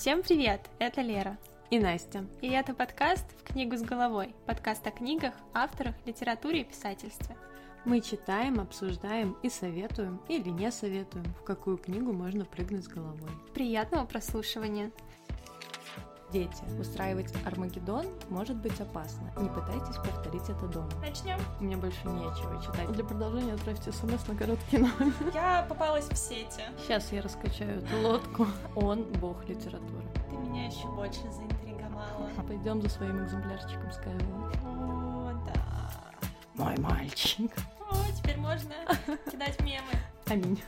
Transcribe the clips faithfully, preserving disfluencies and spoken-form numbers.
Всем привет, это Лера и Настя. И это подкаст «В книгу с головой», подкаст о книгах, авторах, литературе и писательстве. Мы читаем, обсуждаем и советуем или не советуем, в какую книгу можно прыгнуть с головой. Приятного прослушивания! Дети, устраивать Армагеддон может быть опасно. Не пытайтесь повторить это дома. Начнем. У меня больше нечего читать. Для продолжения отправьте смс на короткий номер. Я попалась в сети. Сейчас я раскачаю эту лодку. Он бог литературы. Ты меня еще больше заинтриговала. Пойдем за своим экземплярчиком Скайуолл. О, да. Мой мальчик. О, теперь можно кидать мемы. Аминь.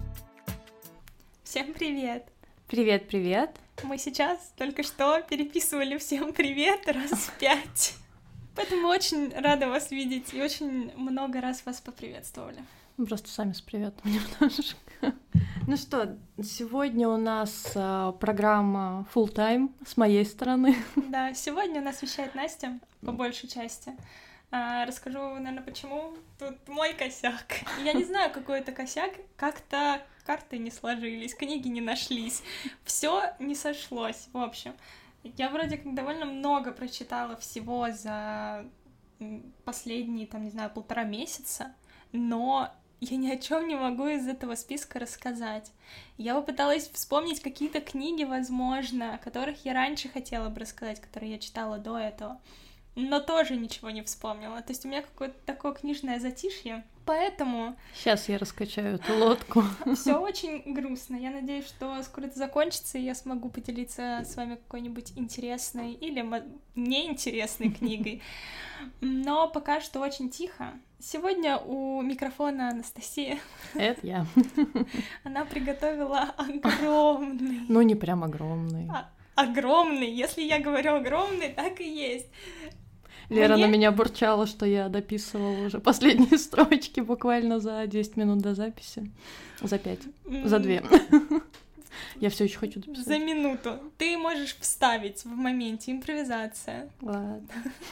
Всем привет. Привет, привет. Мы сейчас только что переписывали всем привет раз пять. Поэтому очень рада вас видеть и очень много раз вас поприветствовали. Мы просто сами с приветом немножко. Ну что, сегодня у нас а, программа Full Time с моей стороны. Да, сегодня у нас вещает Настя, по большей части. А, расскажу, наверное, почему. Тут мой косяк. Я не знаю, какой это косяк. Как-то карты не сложились, книги не нашлись. Все не сошлось. В общем, я вроде как довольно много прочитала всего за последние, там, не знаю, полтора месяца, но я ни о чем не могу из этого списка рассказать. Я попыталась вспомнить какие-то книги, возможно, о которых я раньше хотела бы рассказать, которые я читала до этого, но тоже ничего не вспомнила. То есть у меня какое-то такое книжное затишье, поэтому... Сейчас я раскачаю эту лодку. Все очень грустно. Я надеюсь, что скоро это закончится, и я смогу поделиться с вами какой-нибудь интересной или неинтересной книгой. Но пока что очень тихо. Сегодня у микрофона Анастасия. Это я. Она приготовила огромный... Ну, не прям огромный. А- огромный. Если я говорю огромный, так и есть. Лера Мне... на меня бурчала, что я дописывала уже последние строчки буквально за десять минут до записи. За пять. За две. Я все еще хочу дописать. За минуту. Ты можешь вставить в моменте. Импровизация. Ладно.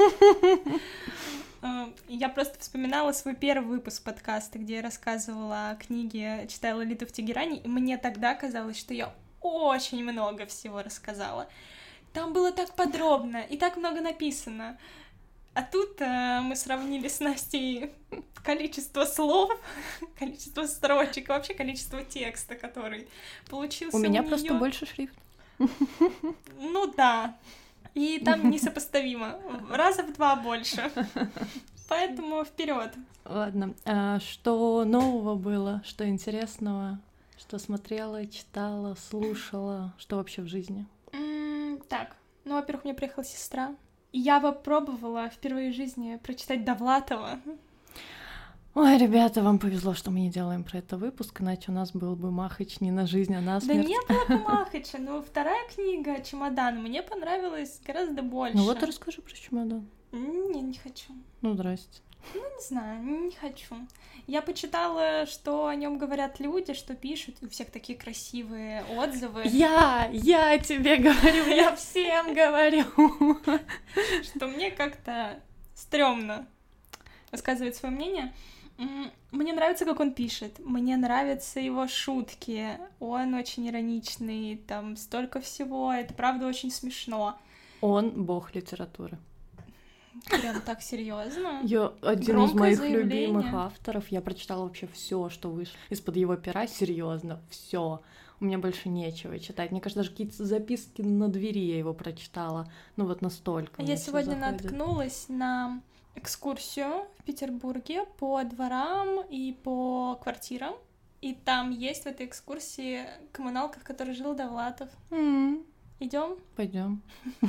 Я просто вспоминала свой первый выпуск подкаста, где я рассказывала о книге «Читая Лолиту в Тегеране», и мне тогда казалось, что я очень много всего рассказала. Там было так подробно и так много написано. А тут э, мы сравнили с Настей количество слов, количество строчек, вообще количество текста, который получился у, у меня неё. Просто больше шрифт. Ну да, и там несопоставимо, раза в два больше. Поэтому вперед. Ладно, а что нового было, что интересного, что смотрела, читала, слушала, что вообще в жизни? Mm, так, ну, во-первых, мне приехала сестра. Я попробовала впервые в жизни прочитать Довлатова. Ой, ребята, вам повезло, что мы не делаем про это выпуск, иначе у нас был бы Махач не на жизнь, а на смерть. Да не было бы Махача, но вторая книга «Чемодан» мне понравилась гораздо больше. Ну вот расскажи про «Чемодан». Не, не хочу. Ну, здрасте. Ну, не знаю, не хочу. Я почитала, что о нем говорят люди, что пишут, и у всех такие красивые отзывы. Я, я тебе говорю, я всем говорю, что мне как-то стрёмно высказывать свое мнение. Мне нравится, как он пишет, мне нравятся его шутки, он очень ироничный, там столько всего, это правда очень смешно. Он бог литературы. Прям так серьезно. Я один Громкое из моих заявление. любимых авторов. Я прочитала вообще все, что вышло из-под его пера. Серьезно, все. У меня больше нечего читать. Мне кажется, даже какие-то записки на двери я его прочитала. Ну вот настолько. Я сегодня наткнулась на экскурсию в Петербурге по дворам и по квартирам. И там есть в этой экскурсии коммуналка, в которой жил Довлатов. Mm. Идем? Пойдем.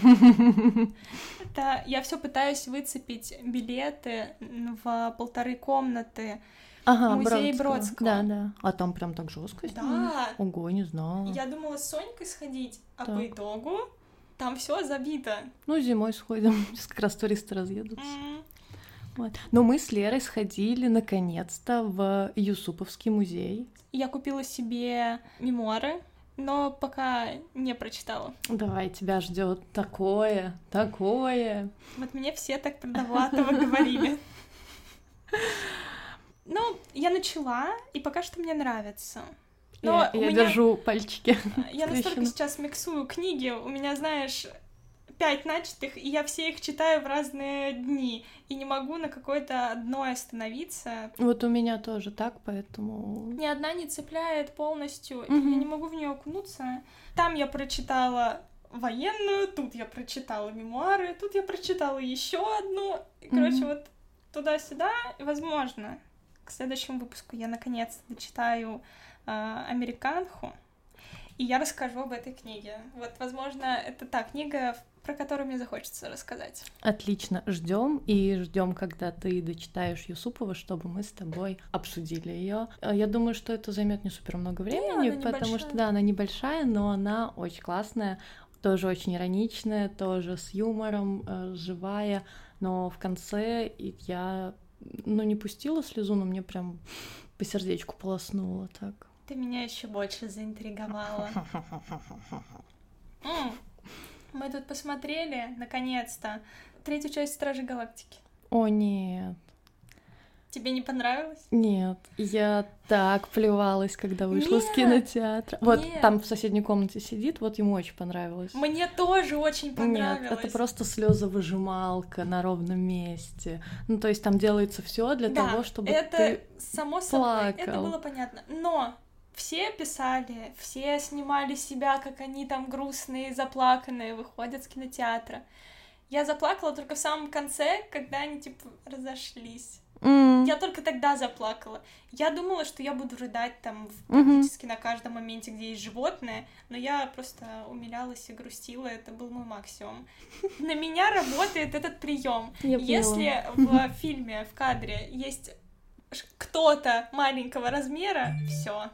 Это я все пытаюсь выцепить билеты в полторы комнаты ага, в музее Бродского. Бродского. Да, да. А там прям так жестко. Да. Ого, не знала. Я думала с Сонькой сходить, а так. по итогу там все забито. Ну, зимой сходим. Сейчас как раз туристы разъедутся. Mm. Вот. Но мы с Лерой сходили наконец-то в Юсуповский музей. Я купила себе мемуары, но пока не прочитала. Давай, тебя ждет такое, такое. Вот мне все так про Довлатова говорили. Ну, я начала, и пока что мне нравится. Но я у я меня- держу пальчики. Я настолько скрещены. сейчас миксую книги, у меня, знаешь, пять начатых, и я все их читаю в разные дни, и не могу на какой-то одной остановиться. Вот у меня тоже так, поэтому... Ни одна не цепляет полностью, и Мгм. я не могу в нее окунуться. Там я прочитала военную, тут я прочитала мемуары, тут я прочитала еще одну. И, короче, Мгм. вот туда-сюда, и, возможно, к следующему выпуску я наконец дочитаю а, «Американху», и я расскажу об этой книге. Вот, возможно, это та книга, про которую мне захочется рассказать. Отлично, ждем и ждем, когда ты дочитаешь Юсупова, чтобы мы с тобой обсудили ее. Я думаю, что это займет не супер много времени, она потому небольшая. что да, она небольшая, но она очень классная, тоже очень ироничная, тоже с юмором, э, живая, но в конце и я, ну, не пустила слезу, но мне прям по сердечку полоснуло так. Ты меня еще больше заинтриговала. М, Мы тут посмотрели, наконец-то, третью часть «Стражей Галактики». О, нет. Тебе не понравилось? Нет, я так плевалась, когда вышла с Нет, кинотеатра. Вот нет. там в соседней комнате сидит, вот ему очень понравилось. Мне тоже очень понравилось. Нет, это просто слезовыжималка на ровном месте. Ну, то есть там делается все для Да, того, чтобы это ты... само собой, это плакал. было понятно. Но все писали, все снимали себя, как они там грустные, заплаканные, выходят с кинотеатра. Я заплакала только в самом конце, когда они, типа, разошлись. М, Я только тогда заплакала. Я думала, что я буду рыдать там в- Мгм. практически на каждом моменте, где есть животное, но я просто умилялась и грустила, это был мой максимум. На меня работает этот прием. Я поняла. Если в фильме, в кадре есть ш- кто-то маленького размера, все.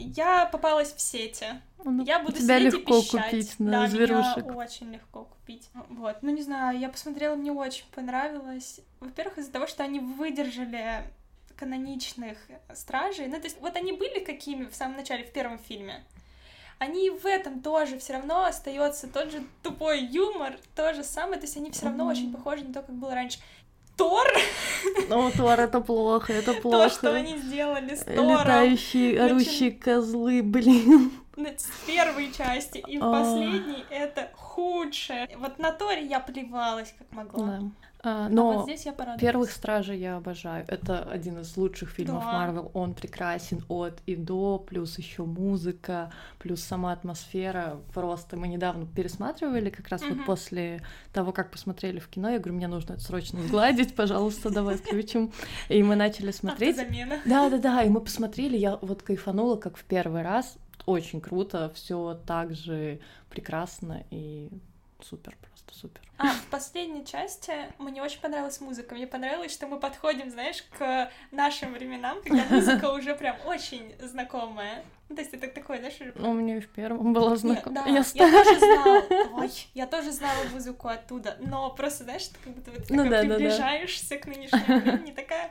Я попалась в сети. Ну, Я буду тебя сидеть и легко пищать. купить на Да, зверушек. меня очень легко купить. Вот, ну не знаю, я посмотрела, мне очень понравилось. Во-первых, из-за того, что они выдержали каноничных стражей. Ну, то есть, вот они были какими в самом начале, в первом фильме. Они и в этом тоже все равно остается тот же тупой юмор, то же самое. То есть они все равно Мгм. очень похожи на то, как было раньше. Тор, Ну, Тор, это плохо, это плохо. то, что они сделали с Тором. Летающие, Начи- орущие козлы, блин. на- С первой части и в А. последней это худшее. Вот на Торе я плевалась как могла. Да. А, А но вот здесь я порадовалась. «Первых стражей» я обожаю. Это один из лучших фильмов Да. Марвел. Он прекрасен от и до, плюс еще музыка, плюс сама атмосфера. Просто мы недавно пересматривали, как раз Мгм. вот после того, как посмотрели в кино. Я говорю, мне нужно это срочно сгладить, пожалуйста, давай включим. И мы начали смотреть. Автозамена. Да-да-да, и мы посмотрели, я вот кайфанула, как в первый раз. Очень круто, все так же прекрасно и супер, просто супер. А, в последней части мне очень понравилась музыка. Мне понравилось, что мы подходим, знаешь, к нашим временам, когда музыка уже прям очень знакомая. Ну, то есть это такое, знаешь, уже... Ну, мне и в первом было Не, знакомо. да, Я я старая. тоже знала, ой, я тоже знала музыку оттуда, но просто, знаешь, ты как будто вот Ну такая да, да, да. приближаешься к нынешнему времени, такая,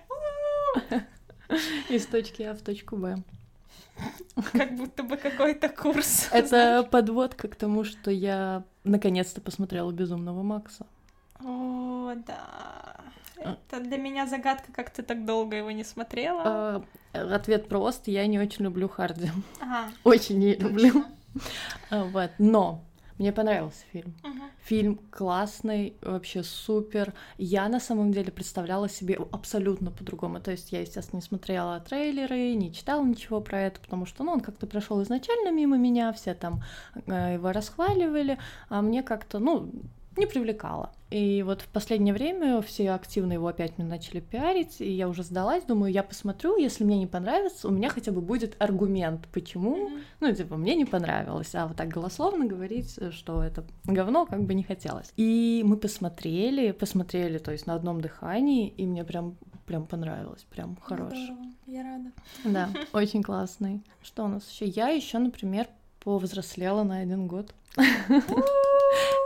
Из точки А в точку Б. как будто бы какой-то курс. Это подводка к тому, что я наконец-то посмотрела «Безумного Макса». О, да. Это для меня загадка, как ты так долго его не смотрела. А, Ответ прост, я не очень люблю Харди. Ага, Очень не люблю. точно. А, Вот, но мне понравился фильм. Мгм. Фильм классный, вообще супер. Я на самом деле представляла себе абсолютно по-другому. То есть я, естественно, не смотрела трейлеры, не читала ничего про это, потому что, ну, он как-то прошел изначально мимо меня, все там э, его расхваливали, а мне как-то, ну, не привлекало. И вот в последнее время все активно его опять мне начали пиарить, и я уже сдалась, думаю, я посмотрю, если мне не понравится, у меня хотя бы будет аргумент, почему, Мгм. ну, типа, мне не понравилось, а вот так голословно говорить, что это говно, как бы не хотелось. И мы посмотрели, посмотрели, то есть на одном дыхании, и мне прям, прям понравилось, прям хорош. Здорово, я рада. Да, очень классный. Что у нас еще? Я еще, например, повзрослела на один год.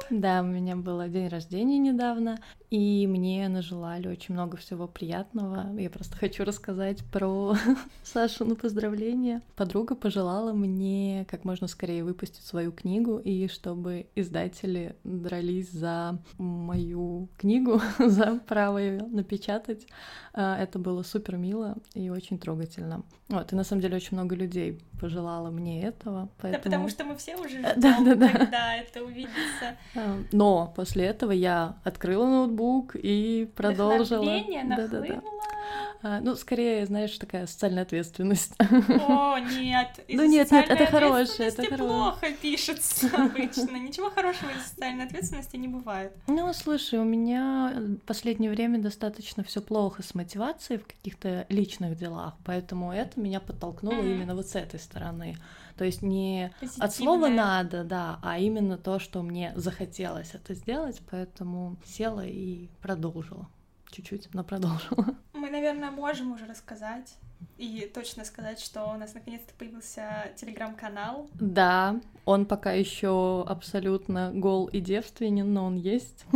Да, у меня был день рождения недавно, и мне нажелали очень много всего приятного. Я просто хочу рассказать про Сашу на поздравление. Подруга пожелала мне как можно скорее выпустить свою книгу, и чтобы издатели дрались за мою книгу, за право ее напечатать. Это было супер мило и очень трогательно. Вот, и на самом деле очень много людей пожелала мне этого. Поэтому... Да, потому что мы все уже ждем, да, да, да. когда это увидится. Но после этого я открыла ноутбук и продолжила. Вдохновение нахлынуло. Да, да, да. Ну, скорее, знаешь, такая социальная ответственность. О, нет. Ну нет, нет, это хорошее, это хорошее. Плохо пишется обычно. Ничего хорошего из социальной ответственности не бывает. Ну, слушай, у меня в последнее время достаточно все плохо с мотивацией в каких-то личных делах, поэтому это меня подтолкнуло mm-hmm. именно вот с этой стороны. То есть не от слова «надо», да, а именно то, что мне захотелось это сделать, поэтому села и продолжила. Чуть-чуть, но продолжила. Мы, наверное, можем уже рассказать и точно сказать, что у нас наконец-то появился телеграм-канал. Да, он пока еще абсолютно гол и девственен, но он есть.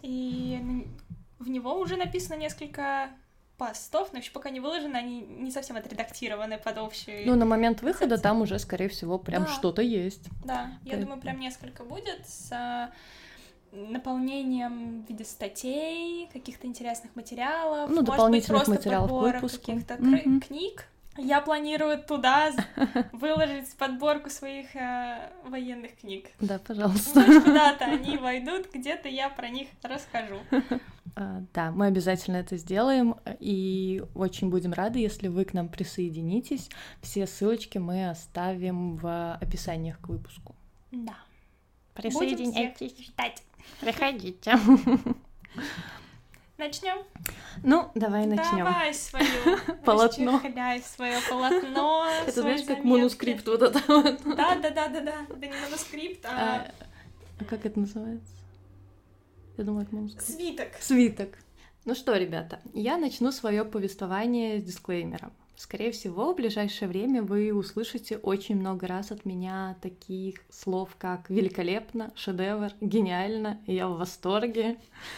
И в него уже написано несколько постов, но еще пока не выложены, они не совсем отредактированы под общий... Ну, на момент выхода концепт. Там уже, скорее всего, прям да. что-то есть. Да, я Поэтому... думаю, прям несколько будет с наполнением в виде статей, каких-то интересных материалов, ну, может дополнительных быть, материалов просто к выпуску. Каких-то mm-hmm. книг. Я планирую туда выложить подборку своих э, военных книг. Да, пожалуйста. Пусть куда-то они войдут, где-то я про них расскажу. Uh, да, мы обязательно это сделаем, и очень будем рады, если вы к нам присоединитесь. Все ссылочки мы оставим в описаниях к выпуску. Да. Присоединяйтесь. Ждать. Приходите. Начнем. Ну, давай начнем. Давай свою полотно. свое полотно. Это знаешь, как манускрипт вот это вот. Да, да, да, да, да. Это не манускрипт, а. А как это называется? Я думаю, это манускрипт. Свиток. Свиток. Ну что, ребята, я начну свое повествование с дисклеймером. Скорее всего, в ближайшее время вы услышите очень много раз от меня таких слов, как «великолепно», «шедевр», «гениально», «я в восторге»,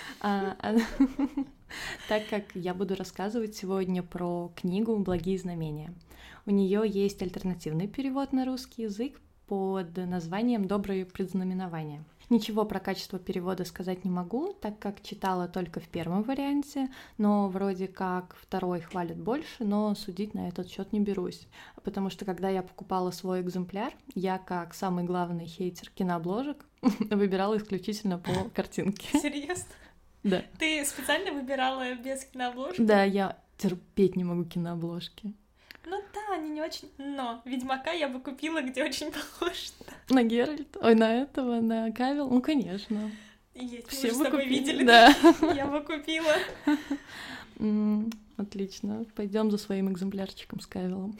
так как я буду рассказывать сегодня про книгу «Благие знамения». У нее есть альтернативный перевод на русский язык под названием «Добрые предзнаменования». Ничего про качество перевода сказать не могу, так как читала только в первом варианте, но вроде как второй хвалит больше, но судить на этот счет не берусь. Потому что когда я покупала свой экземпляр, я как самый главный хейтер кинообложек выбирала исключительно по картинке. Серьезно? Да. Ты специально выбирала без кинообложки? Да, я терпеть не могу кинообложки. Ну да, они не очень... Но Ведьмака я бы купила, где очень похож. На Геральта? Ой, на этого, на Кавилл? Ну, конечно. Есть, все мы же с тобой видели. Да. Я бы купила. Mm, отлично. Пойдем за своим экземплярчиком с Кавиллом.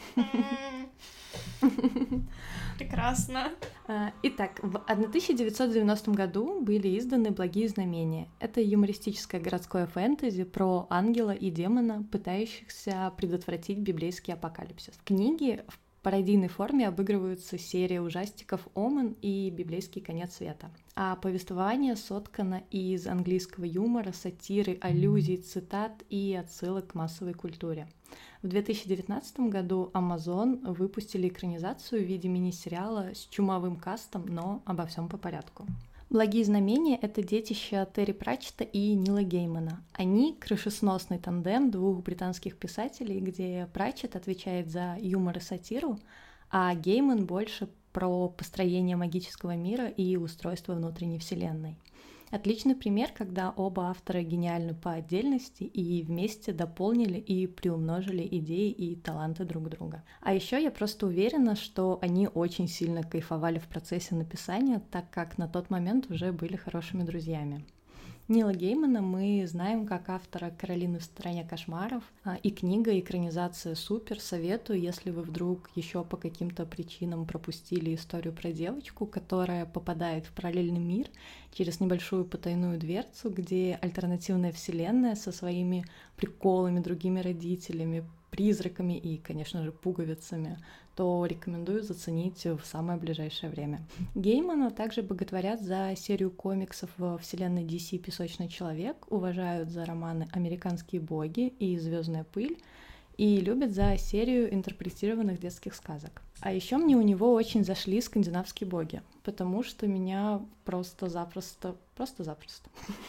Mm. Прекрасно. Итак, в тысяча девятьсот девяностом году были изданы «Благие знамения». Это юмористическое городское фэнтези про ангела и демона, пытающихся предотвратить библейский апокалипсис. В книге в пародийной форме обыгрываются серия ужастиков «Омен» и «Библейский конец света». А повествование соткано из английского юмора, сатиры, аллюзий, цитат и отсылок к массовой культуре. В две тысячи девятнадцатом году Amazon выпустили экранизацию в виде мини-сериала с чумовым кастом, но обо всем по порядку. «Благие знамения» — это детище Терри Пратчетта и Нила Геймана. Они — крышесносный тандем двух британских писателей, где Пратчетт отвечает за юмор и сатиру, а Гейман больше про построение магического мира и устройство внутренней вселенной. Отличный пример, когда оба автора гениальны по отдельности и вместе дополнили и приумножили идеи и таланты друг друга. А еще я просто уверена, что они очень сильно кайфовали в процессе написания, так как на тот момент уже были хорошими друзьями. Нила Геймана мы знаем как автора «Каролины в стране кошмаров», и книга, и экранизация супер, советую, если вы вдруг еще по каким-то причинам пропустили историю про девочку, которая попадает в параллельный мир через небольшую потайную дверцу, где альтернативная вселенная со своими приколами, другими родителями, призраками и, конечно же, пуговицами, то рекомендую заценить в самое ближайшее время. Геймана также боготворят за серию комиксов во вселенной ди си «Песочный человек», уважают за романы «Американские боги» и «Звездная пыль», и любят за серию интерпретированных детских сказок. А еще мне у него очень зашли скандинавские боги, потому что меня просто-запросто... Просто-запросто...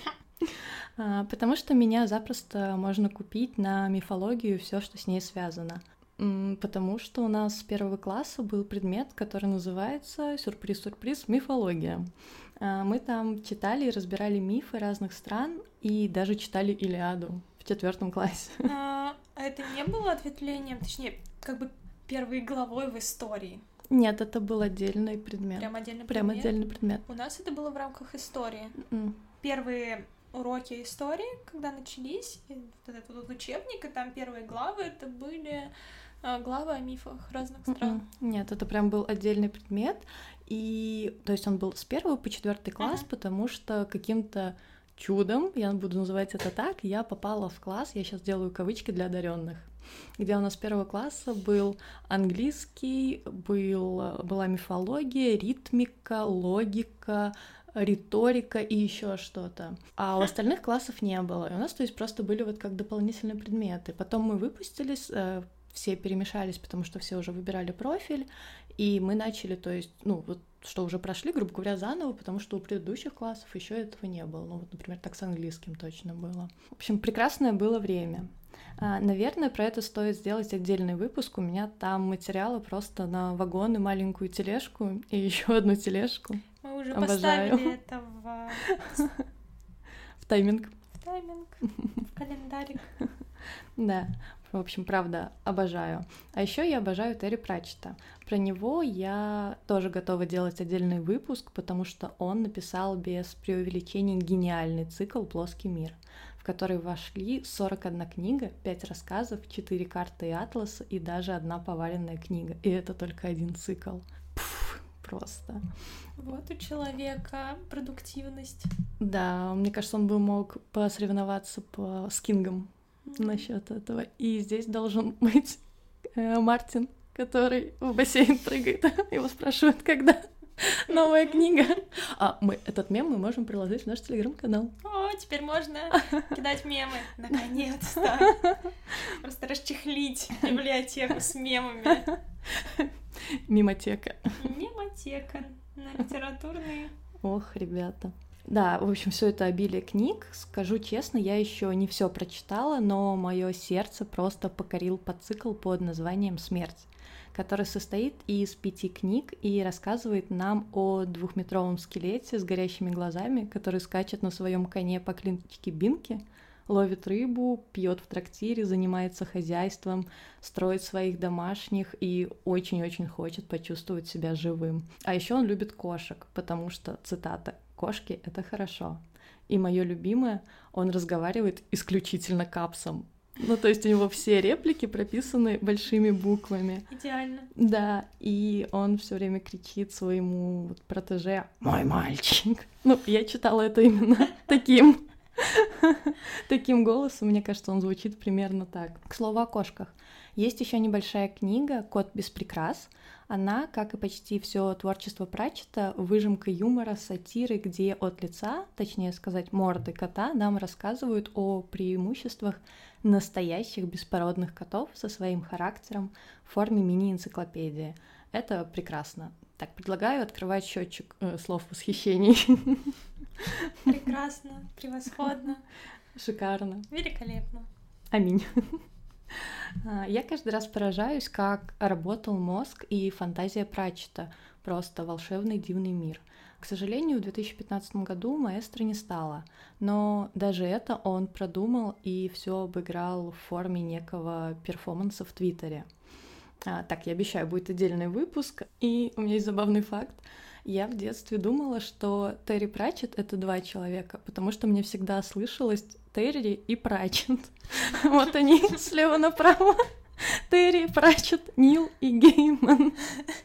Потому что меня запросто можно купить на мифологию, все, что с ней связано. Потому что у нас с первого класса был предмет, который называется, сюрприз-сюрприз, мифология. Мы там читали и разбирали мифы разных стран, и даже читали Илиаду в четвертом классе. А, а это не было ответвлением, точнее, как бы первой главой в истории? Нет, это был отдельный предмет. Прям отдельный Прям предмет? отдельный предмет. У нас это было в рамках истории. Mm. Первые уроки истории, когда начались, и вот этот вот учебник, и там первые главы, это были а, главы о мифах разных стран. Mm-mm. Нет, это прям был отдельный предмет, и то есть он был с первого по четвертый класс, uh-huh. потому что каким-то чудом, я буду называть это так, я попала в класс, я сейчас делаю кавычки для одаренных, где у нас с первого класса был английский, был, была мифология, ритмика, логика, риторика и еще что-то. А у остальных классов не было. И у нас, то есть, просто были вот как дополнительные предметы. Потом мы выпустились, все перемешались, потому что все уже выбирали профиль, и мы начали, то есть, ну, вот что уже прошли, грубо говоря, заново, потому что у предыдущих классов еще этого не было. Ну, вот, например, так с английским точно было. В общем, прекрасное было время. Наверное, про это стоит сделать отдельный выпуск. У меня там материалы просто на вагон и маленькую тележку, и еще одну тележку. Мы уже Обожаю. Поставили это в... в тайминг. В тайминг, в календарик. Да, в общем, правда, обожаю. А еще я обожаю Терри Пратчетта. Про него я тоже готова делать отдельный выпуск, потому что он написал без преувеличений гениальный цикл «Плоский мир», в который вошли сорок одна книга, пять рассказов, четыре карты и атласа и даже одна поваленная книга. И это только один цикл. Пфф, просто. Вот у человека продуктивность. Да, мне кажется, он бы мог посоревноваться по, с Кингом mm-hmm. насчет этого. И здесь должен быть э, Мартин, который в бассейн прыгает. Его спрашивают, когда новая книга. А мы этот мем мы можем приложить в наш телеграм-канал. О, теперь можно кидать мемы. Наконец-то. Просто расчехлить библиотеку с мемами. Мемотека. Мемотека на литературные. Ох, ребята. Да, в общем, все это обилие книг. Скажу честно, я еще не все прочитала, но мое сердце просто покорил подцикл под названием «Смерть», который состоит из пяти книг и рассказывает нам о двухметровом скелете с горящими глазами, который скачет на своем коне по кличке Бинки, ловит рыбу, пьет в трактире, занимается хозяйством, строит своих домашних и очень-очень хочет почувствовать себя живым. А еще он любит кошек, потому что, цитата, «кошки — это хорошо». И мое любимое, он разговаривает исключительно капсом. Ну, то есть у него все реплики прописаны большими буквами. Идеально. Да, и он все время кричит своему вот протеже «Мой мальчик». Ну, я читала это именно таким, таким голосом. Мне кажется, он звучит примерно так. К слову о кошках. Есть еще небольшая книга «Кот без прикрас». Она, как и почти все творчество Пратчетта, выжимка юмора, сатиры, где от лица, точнее сказать, морды кота, нам рассказывают о преимуществах настоящих беспородных котов со своим характером в форме мини-энциклопедии. Это прекрасно. Так, предлагаю открывать счетчик э, слов восхищений. Прекрасно, превосходно. Шикарно. Великолепно. Аминь. Я каждый раз поражаюсь, как работал мозг и фантазия Пратчетта. Просто волшебный дивный мир. К сожалению, в две тысячи пятнадцатом году маэстро не стало, но даже это он продумал и все обыграл в форме некого перформанса в Твиттере. А, так, я обещаю, будет отдельный выпуск. И у меня есть забавный факт. Я в детстве думала, что Терри Пратчетт — это два человека, потому что мне всегда слышалось Терри и Пратчетт. Вот они слева направо. Терри, Пратчетт, Нил и Гейман.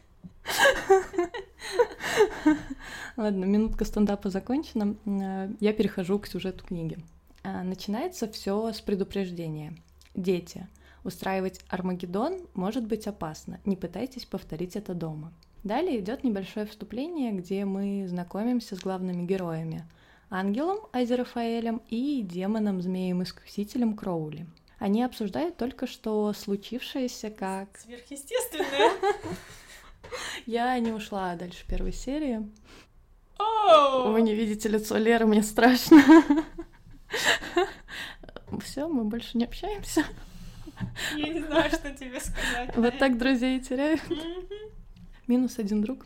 Ладно, минутка стендапа закончена. Я перехожу к сюжету книги. Начинается все с предупреждения. Дети, Устраивать Армагеддон может быть опасно, не пытайтесь повторить это дома. Далее идет небольшое вступление, где мы знакомимся с главными героями — ангелом Азирафаэлем и демоном-змеем-искусителем Кроули. Они обсуждают только что случившееся как... Сверхъестественное. Я не ушла дальше первой серии. Oh! Вы не видите лицо Леры, мне страшно. Все, мы больше не общаемся. Я не знаю, что тебе сказать. Вот так друзей теряют. Минус один друг.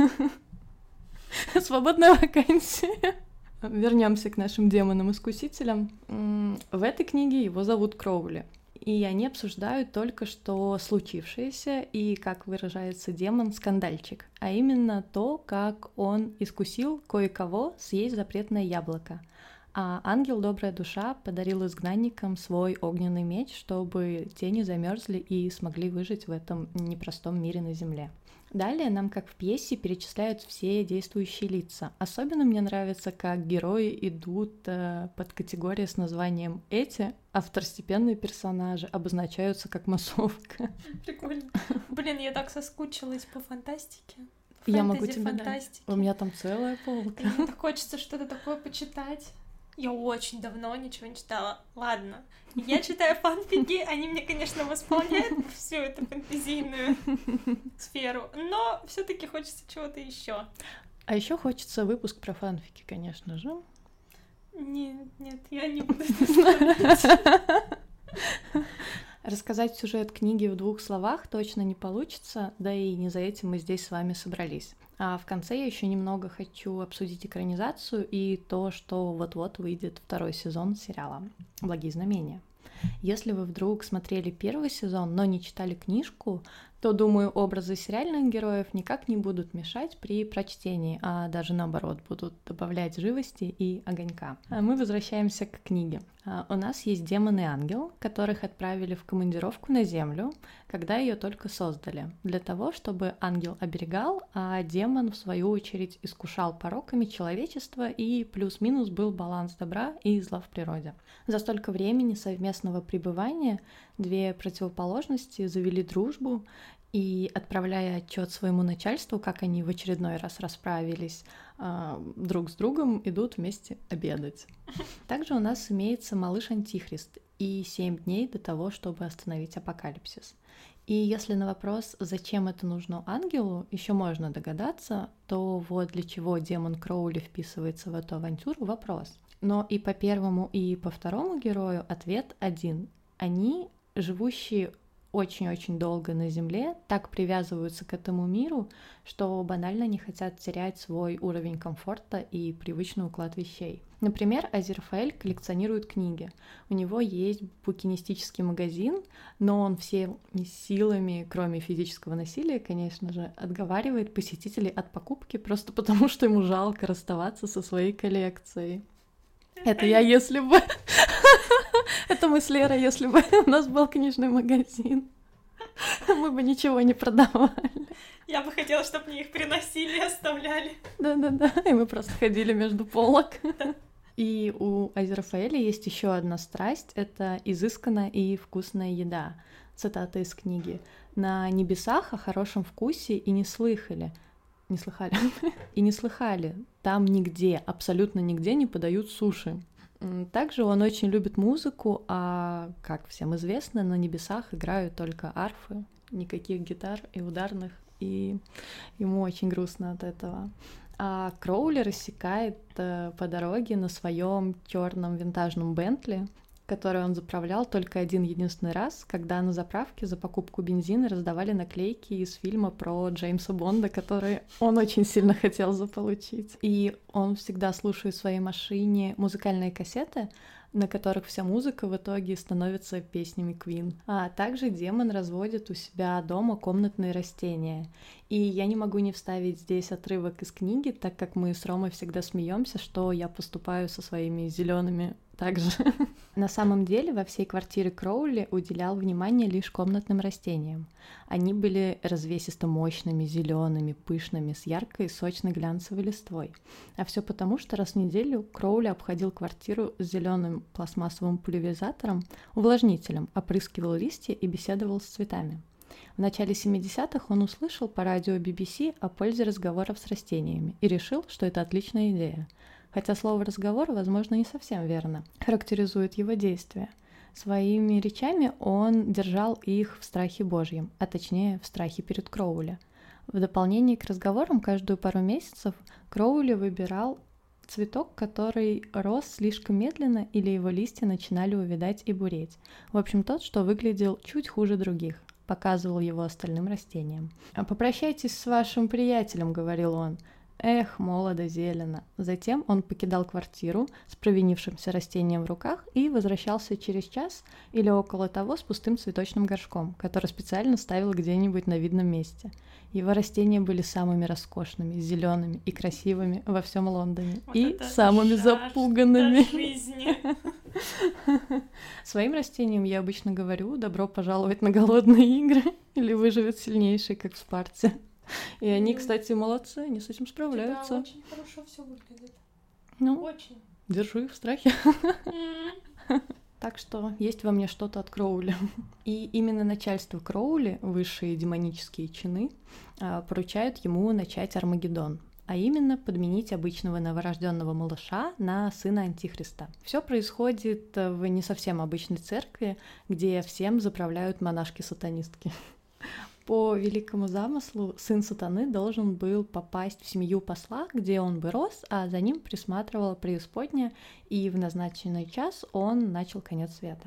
Свободная вакансия. Вернемся к нашим демонам-искусителям. В этой книге его зовут Кроули. И они обсуждают только что случившееся и, как выражается демон, скандальчик. А именно то, как он искусил кое-кого съесть запретное яблоко. А ангел Добрая Душа подарил изгнанникам свой огненный меч, чтобы те не замерзли и смогли выжить в этом непростом мире на земле. Далее нам, как в пьесе, перечисляют все действующие лица. Особенно мне нравится, как герои идут э, под категории с названием «эти», а второстепенные персонажи обозначаются как массовка. Прикольно. Блин, я так соскучилась по фантастике. Фэнтези, я могу тебе дать. У меня там целая полка. Мне так хочется что-то такое почитать. Я очень давно ничего не читала. Ладно, я читаю фанфики, они мне, конечно, восполняют всю эту фэнтезийную сферу, но все-таки хочется чего-то еще. А еще хочется выпуск про фанфики, конечно же. Нет, нет, я не буду это смотреть. Рассказать сюжет книги в двух словах точно не получится, да и не за этим мы здесь с вами собрались. А в конце я еще немного хочу обсудить экранизацию и то, что вот-вот выйдет второй сезон сериала «Благие знамения». Если вы вдруг смотрели первый сезон, но не читали книжку, то, думаю, образы сериальных героев никак не будут мешать при прочтении, а даже наоборот, будут добавлять живости и огонька. А мы возвращаемся к книге. А у нас есть демон и ангел, которых отправили в командировку на Землю, когда ее только создали, для того, чтобы ангел оберегал, а демон, в свою очередь, искушал пороками человечества, и плюс-минус был баланс добра и зла в природе. За столько времени совместного пребывания две противоположности завели дружбу, и, отправляя отчет своему начальству, как они в очередной раз расправились, друг с другом идут вместе обедать. Также у нас имеется малыш Антихрист и семь дней до того, чтобы остановить апокалипсис. И если на вопрос, зачем это нужно ангелу, еще можно догадаться, то вот для чего демон Кроули вписывается в эту авантюру — вопрос. Но и по первому, и по второму герою ответ один. Они, живущие очень-очень долго на Земле, так привязываются к этому миру, что банально не хотят терять свой уровень комфорта и привычный уклад вещей. Например, Азирафаэль коллекционирует книги. У него есть букинистический магазин, но он всеми силами, кроме физического насилия, конечно же, отговаривает посетителей от покупки просто потому, что ему жалко расставаться со своей коллекцией. Это я, если бы... Это мы с Лерой, если бы у нас был книжный магазин. Мы бы ничего не продавали. Я бы хотела, чтобы мне их приносили и оставляли. Да-да-да, и мы просто ходили между полок. И у Азирафаэля есть еще одна страсть — это изысканная и вкусная еда. Цитата из книги. «На небесах о хорошем вкусе и не слыхали». Не слыхали. И не слыхали. Там нигде, абсолютно нигде не подают суши. Также он очень любит музыку, а, как всем известно, на небесах играют только арфы, никаких гитар и ударных, и ему очень грустно от этого. А Кроули рассекает э, по дороге на своем черном винтажном Бентли, который он заправлял только один единственный раз, когда на заправке за покупку бензина раздавали наклейки из фильма про Джеймса Бонда, который он очень сильно хотел заполучить. И он всегда слушает в своей машине музыкальные кассеты, на которых вся музыка в итоге становится песнями Queen. А также демон разводит у себя дома комнатные растения. И я не могу не вставить здесь отрывок из книги, так как мы с Ромой всегда смеемся, что я поступаю со своими зелеными также. На самом деле во всей квартире Кроули уделял внимание лишь комнатным растениям. Они были развесисто мощными, зелеными, пышными, с яркой, сочной глянцевой листвой. А все потому, что раз в неделю Кроули обходил квартиру с зеленым большим пластмассовым пульверизатором, увлажнителем, опрыскивал листья и беседовал с цветами. В начале семидесятых он услышал по радио би би си о пользе разговоров с растениями и решил, что это отличная идея. Хотя слово «разговор», возможно, не совсем верно характеризует его действия. Своими речами он держал их в страхе Божьем, а точнее в страхе перед Кроули. В дополнение к разговорам каждую пару месяцев Кроули выбирал цветок, который рос слишком медленно или его листья начинали увядать и буреть. В общем, тот, что выглядел чуть хуже других. Показывал его остальным растениям. «А попрощайтесь с вашим приятелем», — говорил он. Эх, молодо зелено. Затем он покидал квартиру с провинившимся растением в руках и возвращался через час или около того с пустым цветочным горшком, который специально ставил где-нибудь на видном месте. Его растения были самыми роскошными, зелеными и красивыми во всем Лондоне. Вот и самыми запуганными. Своим растениям я обычно говорю: добро пожаловать на голодные игры, или выживет сильнейший, как в Спарте. И они, кстати, молодцы, они с этим справляются. Да, очень хорошо все выглядит. Ну, очень. Держу их в страхе. Так что есть во мне что-то от Кроули. И именно начальство Кроули, высшие демонические чины, поручают ему начать Армагеддон, а именно подменить обычного новорожденного малыша на сына Антихриста. Все происходит в не совсем обычной церкви, где всем заправляют монашки-сатанистки. По великому замыслу сын сатаны должен был попасть в семью посла, где он бы рос, а за ним присматривала преисподняя, и в назначенный час он начал конец света.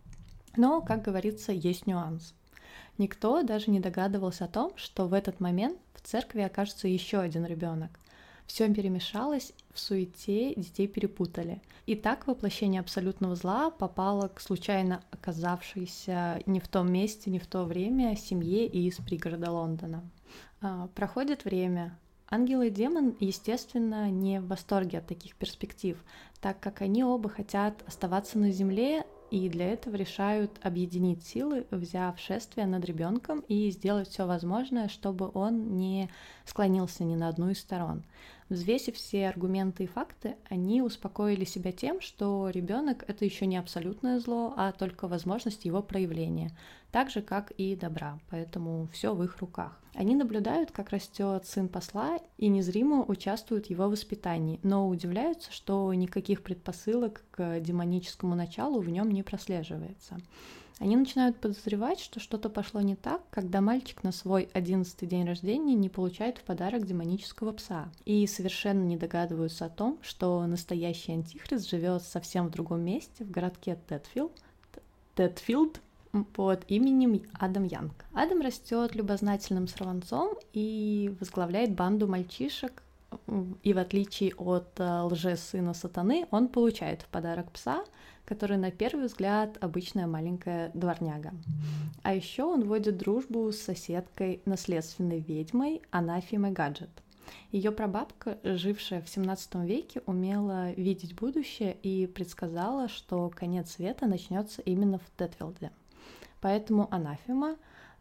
Но, как говорится, есть нюанс. Никто даже не догадывался о том, что в этот момент в церкви окажется еще один ребенок. Все перемешалось, в суете детей перепутали. И так воплощение абсолютного зла попало к случайно оказавшейся не в том месте, не в то время семье из пригорода Лондона. Проходит время. Ангел и демон, естественно, не в восторге от таких перспектив, так как они оба хотят оставаться на земле, и для этого решают объединить силы, взяв шествие над ребенком и сделать все возможное, чтобы он не склонился ни на одну из сторон. Взвесив все аргументы и факты, они успокоили себя тем, что ребенок — это еще не абсолютное зло, а только возможность его проявления, так же, как и добра, поэтому все в их руках. Они наблюдают, как растет сын посла, и незримо участвуют в его воспитании, но удивляются, что никаких предпосылок к демоническому началу в нем не прослеживается. Они начинают подозревать, что что-то пошло не так, когда мальчик на свой одиннадцатый день рождения не получает в подарок демонического пса, и совершенно не догадываются о том, что настоящий антихрист живет совсем в другом месте, в городке Тетфилд, Тетфилд под именем Адам Янг. Адам растет любознательным сорванцом и возглавляет банду мальчишек, и в отличие от лже-сына сатаны, он получает в подарок пса, который на первый взгляд обычная маленькая дворняга. А еще он водит дружбу с соседкой, наследственной ведьмой Анафемой Гаджет. Ее прабабка, жившая в семнадцатом веке, умела видеть будущее и предсказала, что конец света начнется именно в Тетфилде. Поэтому Анафема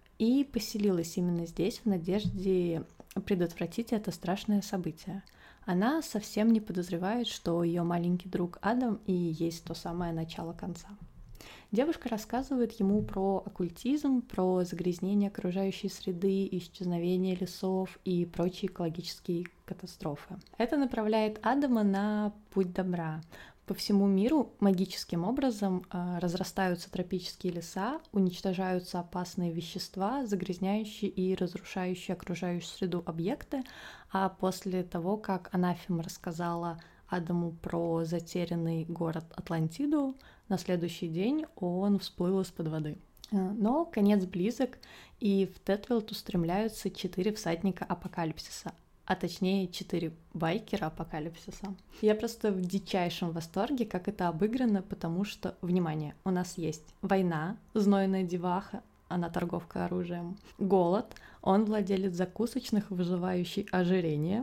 и поселилась именно здесь в надежде предотвратить это страшное событие. Она совсем не подозревает, что ее маленький друг Адам и есть то самое начало конца. Девушка рассказывает ему про оккультизм, про загрязнение окружающей среды, исчезновение лесов и прочие экологические катастрофы. Это направляет Адама на путь добра. По всему миру магическим образом э, разрастаются тропические леса, уничтожаются опасные вещества, загрязняющие и разрушающие окружающую среду объекты, а после того, как Анафема рассказала Адаму про затерянный город Атлантиду, на следующий день он всплыл из-под воды. Но конец близок, и в Тетфилд устремляются четыре всадника апокалипсиса, а точнее четыре байкера апокалипсиса. Я просто в дичайшем восторге, как это обыграно, потому что, внимание, у нас есть война, знойная деваха, она торговка оружием, голод, он владелец закусочных, выживающий ожирение,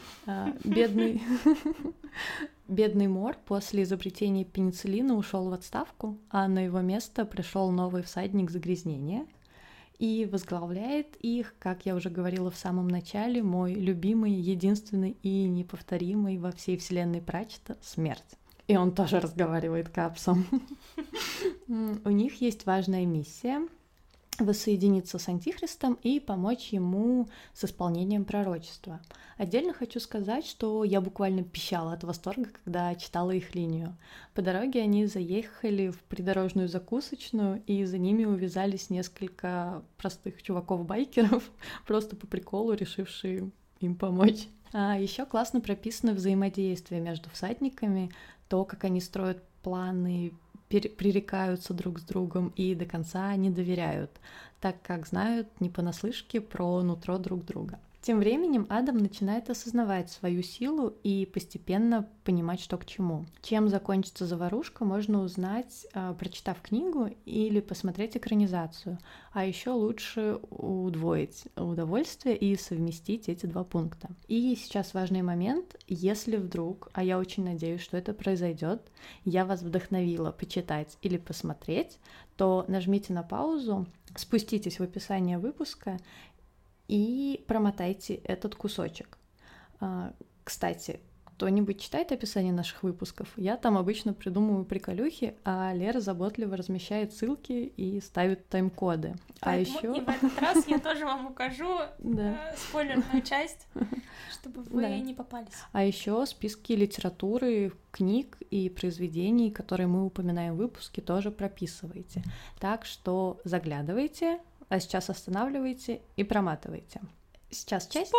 бедный... Бедный Мор после изобретения пенициллина ушел в отставку, а на его место пришел новый всадник загрязнения и возглавляет их, как я уже говорила в самом начале, мой любимый, единственный и неповторимый во всей вселенной Пратчетта — смерть. И он тоже разговаривает капсом. У них есть важная миссия — воссоединиться с Антихристом и помочь ему с исполнением пророчества. Отдельно хочу сказать, что я буквально пищала от восторга, когда читала их линию. По дороге они заехали в придорожную закусочную, и за ними увязались несколько простых чуваков-байкеров, просто по приколу решившие им помочь. А еще классно прописано взаимодействие между всадниками, то, как они строят планы, пререкаются друг с другом и до конца не доверяют, так как знают не понаслышке про нутро друг друга. Тем временем Адам начинает осознавать свою силу и постепенно понимать, что к чему. Чем закончится заварушка, можно узнать, прочитав книгу или посмотреть экранизацию. А еще лучше удвоить удовольствие и совместить эти два пункта. И сейчас важный момент. Если вдруг, а я очень надеюсь, что это произойдет, я вас вдохновила почитать или посмотреть, то нажмите на паузу, спуститесь в описание выпуска и промотайте этот кусочек. Кстати, кто-нибудь читает описание наших выпусков? Я там обычно придумываю приколюхи, а Лера заботливо размещает ссылки и ставит тайм-коды. А еще и в этот раз я тоже вам укажу спойлерную часть, чтобы вы не попались. А еще списки литературы, книг и произведений, которые мы упоминаем в выпуске, тоже прописывайте. Так что заглядывайте, а сейчас останавливайте и проматывайте. Сейчас часть.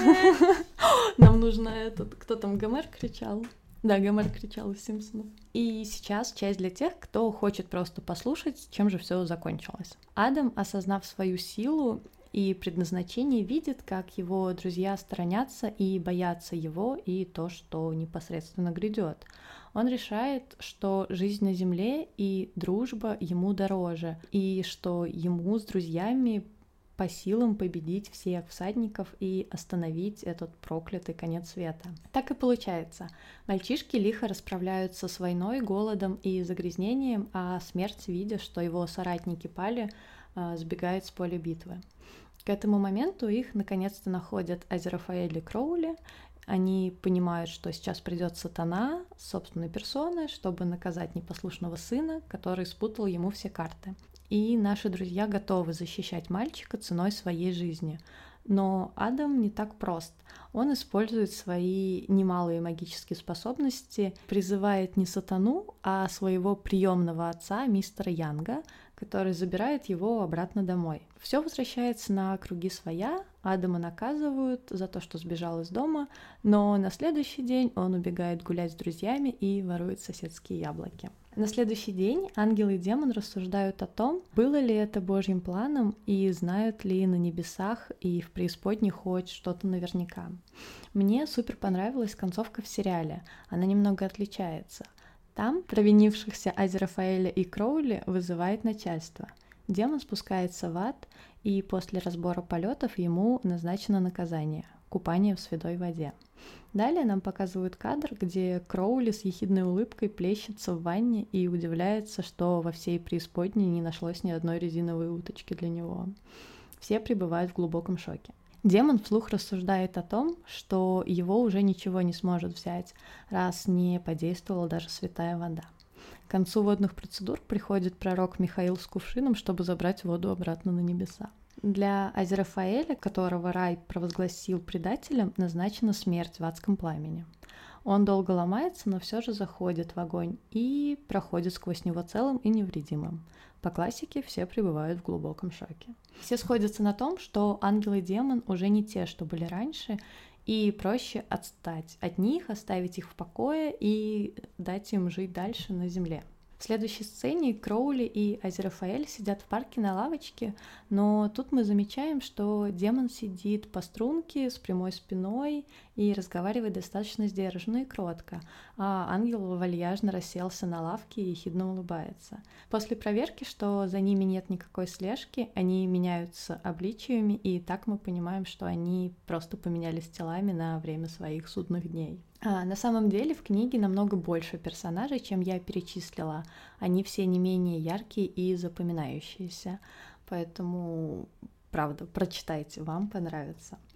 Нам нужно этот... Кто там, Гомер кричал? Да, Гомер кричал из «Симпсонов». И сейчас часть для тех, кто хочет просто послушать, чем же все закончилось. Адам, осознав свою силу и предназначение, видит, как его друзья сторонятся и боятся его и то, что непосредственно грядет. Он решает, что жизнь на земле и дружба ему дороже, и что ему с друзьями по силам победить всех всадников и остановить этот проклятый конец света. Так и получается. Мальчишки лихо расправляются с войной, голодом и загрязнением, а смерть, видя, что его соратники пали, сбегает с поля битвы. К этому моменту их наконец-то находят Азерафаэль и Кроули. Они понимают, что сейчас придет сатана с собственной персоной, чтобы наказать непослушного сына, который спутал ему все карты. И наши друзья готовы защищать мальчика ценой своей жизни. Но Адам не так прост. Он использует свои немалые магические способности, призывает не сатану, а своего приемного отца, мистера Янга, который забирает его обратно домой. Все возвращается на круги своя, Адама наказывают за то, что сбежал из дома, но на следующий день он убегает гулять с друзьями и ворует соседские яблоки. На следующий день ангел и демон рассуждают о том, было ли это Божьим планом и знают ли на небесах и в преисподней хоть что-то наверняка. Мне супер понравилась концовка в сериале, она немного отличается. Там провинившихся Азерафаэля и Кроули вызывает начальство. Демон спускается в ад, и после разбора полетов ему назначено наказание — купание в святой воде. Далее нам показывают кадр, где Кроули с ехидной улыбкой плещется в ванне и удивляется, что во всей преисподней не нашлось ни одной резиновой уточки для него. Все пребывают в глубоком шоке. Демон вслух рассуждает о том, что его уже ничего не сможет взять, раз не подействовала даже святая вода. К концу водных процедур приходит пророк Михаил с кувшином, чтобы забрать воду обратно на небеса. Для Азерафаэля, которого рай провозгласил предателем, назначена смерть в адском пламени. Он долго ломается, но все же заходит в огонь и проходит сквозь него целым и невредимым. По классике все пребывают в глубоком шоке. Все сходятся на том, что ангел и демон уже не те, что были раньше, и проще отстать от них, оставить их в покое и дать им жить дальше на земле. В следующей сцене Кроули и Азерафаэль сидят в парке на лавочке, но тут мы замечаем, что демон сидит по струнке с прямой спиной и разговаривает достаточно сдержанно и кротко, а ангел вальяжно расселся на лавке и ехидно улыбается. После проверки, что за ними нет никакой слежки, они меняются обличиями, и так мы понимаем, что они просто поменялись телами на время своих судных дней. А, на самом деле в книге намного больше персонажей, чем я перечислила. Они все не менее яркие и запоминающиеся. Поэтому, правда, прочитайте, вам понравится.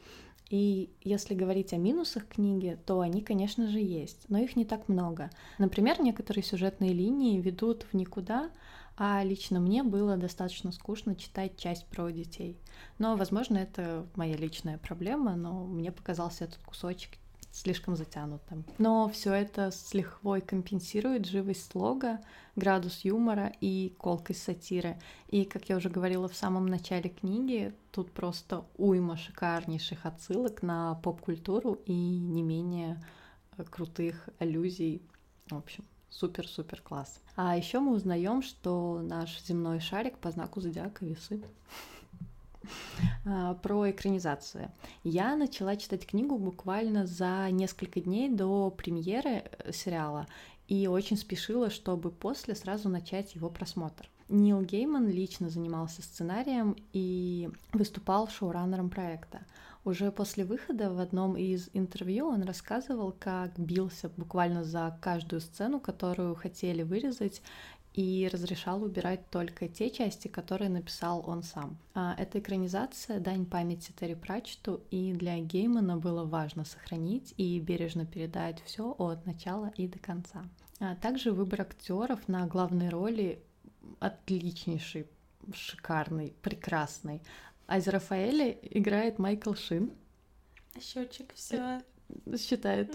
И если говорить о минусах книги, то они, конечно же, есть, но их не так много. Например, некоторые сюжетные линии ведут в никуда, а лично мне было достаточно скучно читать часть про детей. Но, возможно, это моя личная проблема, но мне показался этот кусочек слишком затянутым. Но все это с лихвой компенсирует живость слога, градус юмора и колкость сатиры. И, как я уже говорила в самом начале книги, тут просто уйма шикарнейших отсылок на поп-культуру и не менее крутых аллюзий. В общем, супер-супер класс. А еще мы узнаем, что наш земной шарик по знаку зодиака весы. Про экранизацию. Я начала читать книгу буквально за несколько дней до премьеры сериала и очень спешила, чтобы после сразу начать его просмотр. Нил Гейман лично занимался сценарием и выступал шоураннером проекта. Уже после выхода в одном из интервью он рассказывал, как бился буквально за каждую сцену, которую хотели вырезать, и разрешал убирать только те части, которые написал он сам. А эта экранизация — дань памяти Терри Пратчетту, и для Геймана было важно сохранить и бережно передать все от начала и до конца. А также выбор актеров на главные роли отличнейший, шикарный, прекрасный. Азерафаэля играет Майкл Шин. Счетчик все считает.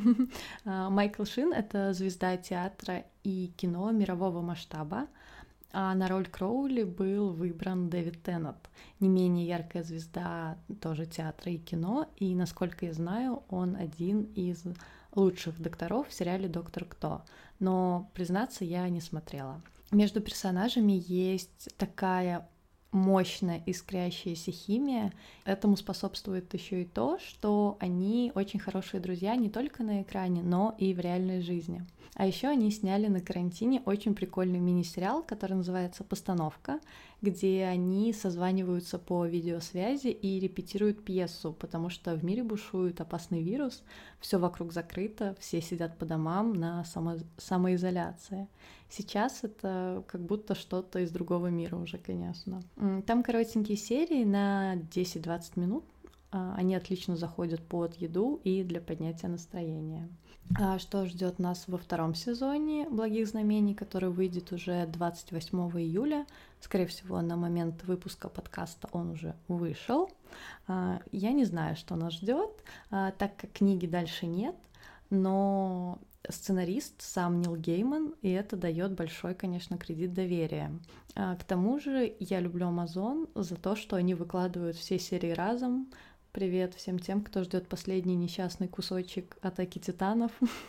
Майкл Шин — это звезда театра и кино мирового масштаба, а на роль Кроули был выбран Дэвид Теннант, не менее яркая звезда тоже театра и кино, и, насколько я знаю, он один из лучших докторов в сериале «Доктор Кто», но, признаться, я не смотрела. Между персонажами есть такая мощная искрящаяся химия. Этому способствует еще и то, что они очень хорошие друзья не только на экране, но и в реальной жизни. А еще они сняли на карантине очень прикольный мини-сериал, который называется «Постановка», где они созваниваются по видеосвязи и репетируют пьесу, потому что в мире бушует опасный вирус, все вокруг закрыто, все сидят по домам на само... самоизоляции. Сейчас это как будто что-то из другого мира уже, конечно. Там коротенькие серии на десять-двадцать минут. Они отлично заходят под еду и для поднятия настроения. А что ждет нас во втором сезоне «Благих знамений», который выйдет уже двадцать восьмого июля? Скорее всего, на момент выпуска подкаста он уже вышел. Я не знаю, что нас ждет, так как книги дальше нет, но сценарист сам Нил Гейман, и это дает большой, конечно, кредит доверия. К тому же я люблю Amazon за то, что они выкладывают все серии разом. Привет всем тем, кто ждет последний несчастный кусочек «Атаки Титанов»,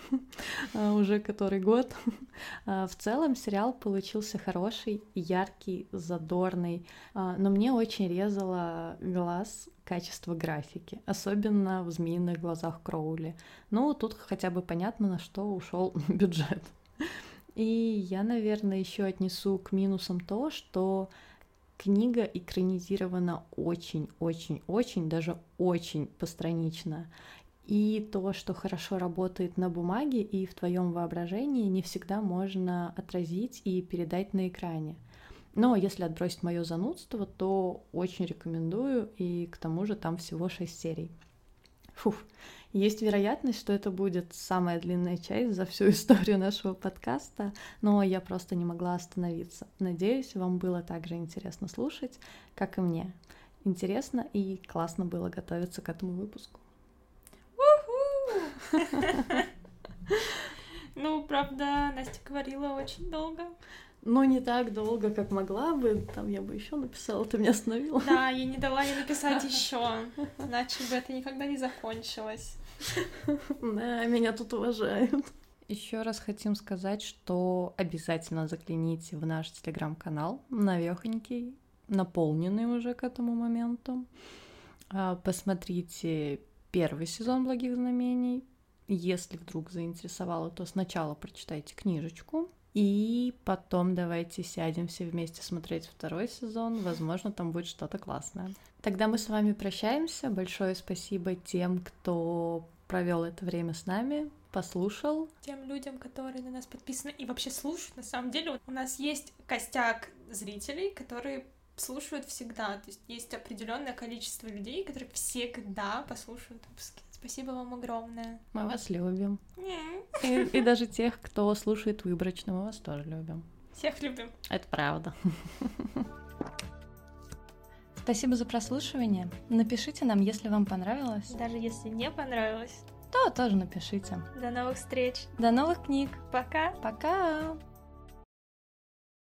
уже который год. В целом сериал получился хороший, яркий, задорный, но мне очень резало глаз качество графики, особенно в «Змеиных глазах» Кроули. Ну, тут хотя бы понятно, на что ушел бюджет. И я, наверное, еще отнесу к минусам то, что книга экранизирована очень-очень-очень, даже очень постранично. И то, что хорошо работает на бумаге и в твоем воображении, не всегда можно отразить и передать на экране. Но если отбросить мое занудство, то очень рекомендую, и к тому же там всего шесть серий. Фух. Есть вероятность, что это будет самая длинная часть за всю историю нашего подкаста, но я просто не могла остановиться. Надеюсь, вам было так же интересно слушать, как и мне. Интересно и классно было готовиться к этому выпуску. Ну, правда, Настя говорила очень долго. Ну, не так долго, как могла бы. Там я бы еще написала, ты меня остановила. Да, я не дала ей написать еще, иначе бы это никогда не закончилось. Да, меня тут уважают. Еще раз хотим сказать, что обязательно загляните в наш телеграм-канал, навехонький, наполненный уже к этому моменту. Посмотрите первый сезон «Благих знамений». Если вдруг заинтересовало, то сначала прочитайте книжечку. И потом давайте сядем все вместе смотреть второй сезон. Возможно, там будет что-то классное. Тогда мы с вами прощаемся. Большое спасибо тем, кто провел это время с нами, послушал. Тем людям, которые на нас подписаны и вообще слушают. На самом деле у нас есть костяк зрителей, которые слушают всегда. То есть есть определенное количество людей, которые всегда послушают выпуски. Спасибо вам огромное. Мы вас любим. И, и даже тех, кто слушает выборочно, мы вас тоже любим. Всех любим. Это правда. Спасибо за прослушивание. Напишите нам, если вам понравилось. Даже если не понравилось, то тоже напишите. До новых встреч. До новых книг. Пока. Пока.